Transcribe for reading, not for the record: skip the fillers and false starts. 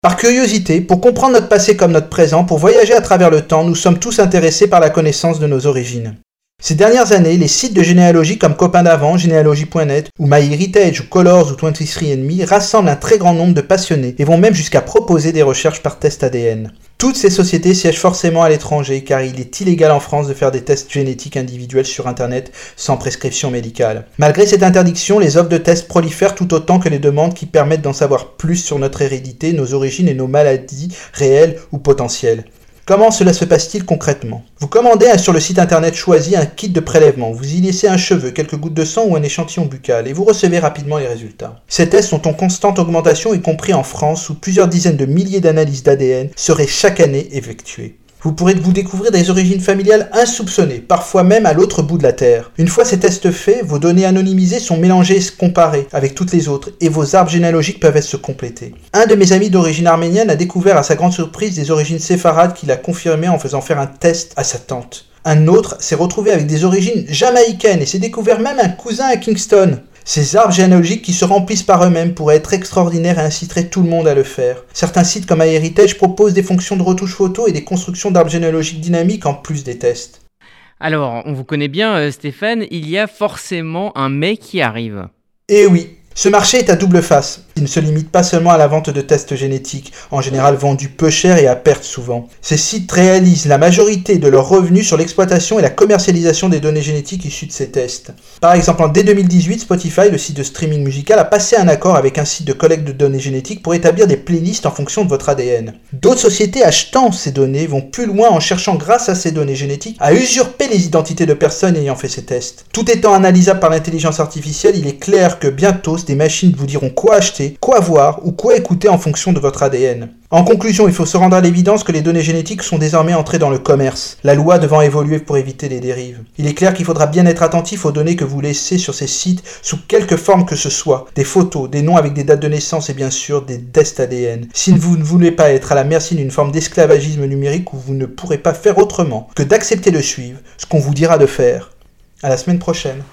Par curiosité, pour comprendre notre passé comme notre présent, pour voyager à travers le temps, nous sommes tous intéressés par la connaissance de nos origines. Ces dernières années, les sites de généalogie comme Copains d'Avant, Généalogie.net ou MyHeritage ou Colors ou 23andMe rassemblent un très grand nombre de passionnés et vont même jusqu'à proposer des recherches par test ADN. Toutes ces sociétés siègent forcément à l'étranger car il est illégal en France de faire des tests génétiques individuels sur Internet sans prescription médicale. Malgré cette interdiction, les offres de tests prolifèrent tout autant que les demandes qui permettent d'en savoir plus sur notre hérédité, nos origines et nos maladies réelles ou potentielles. Comment cela se passe-t-il concrètement ? Vous commandez sur le site internet choisi un kit de prélèvement, vous y laissez un cheveu, quelques gouttes de sang ou un échantillon buccal et vous recevez rapidement les résultats. Ces tests sont en constante augmentation y compris en France où plusieurs dizaines de milliers d'analyses d'ADN seraient chaque année effectuées. Vous pourrez vous découvrir des origines familiales insoupçonnées, parfois même à l'autre bout de la Terre. Une fois ces tests faits, vos données anonymisées sont mélangées et comparées avec toutes les autres, et vos arbres généalogiques peuvent se compléter. Un de mes amis d'origine arménienne a découvert à sa grande surprise des origines séfarades qu'il a confirmées en faisant faire un test à sa tante. Un autre s'est retrouvé avec des origines jamaïcaines et s'est découvert même un cousin à Kingston. Ces arbres généalogiques qui se remplissent par eux-mêmes pourraient être extraordinaires et inciteraient tout le monde à le faire. Certains sites comme MyHeritage proposent des fonctions de retouche photo et des constructions d'arbres généalogiques dynamiques en plus des tests. Alors, on vous connaît bien Stéphane, il y a forcément un mais qui arrive. Eh oui, ce marché est à double face. Il ne se limite pas seulement à la vente de tests génétiques, en général vendus peu cher et à perte souvent. Ces sites réalisent la majorité de leurs revenus sur l'exploitation et la commercialisation des données génétiques issues de ces tests. Par exemple, dès 2018, Spotify, le site de streaming musical, a passé un accord avec un site de collecte de données génétiques pour établir des playlists en fonction de votre ADN. D'autres sociétés achetant ces données vont plus loin en cherchant, grâce à ces données génétiques, à usurper les identités de personnes ayant fait ces tests. Tout étant analysable par l'intelligence artificielle, il est clair que bientôt, des machines vous diront quoi acheter, quoi voir ou quoi écouter en fonction de votre ADN. En conclusion, il faut se rendre à l'évidence que les données génétiques sont désormais entrées dans le commerce, la loi devant évoluer pour éviter les dérives. Il est clair qu'il faudra bien être attentif aux données que vous laissez sur ces sites sous quelque forme que ce soit, des photos, des noms avec des dates de naissance et bien sûr des tests ADN. Si vous ne voulez pas être à la merci d'une forme d'esclavagisme numérique où vous ne pourrez pas faire autrement que d'accepter de suivre ce qu'on vous dira de faire. À la semaine prochaine.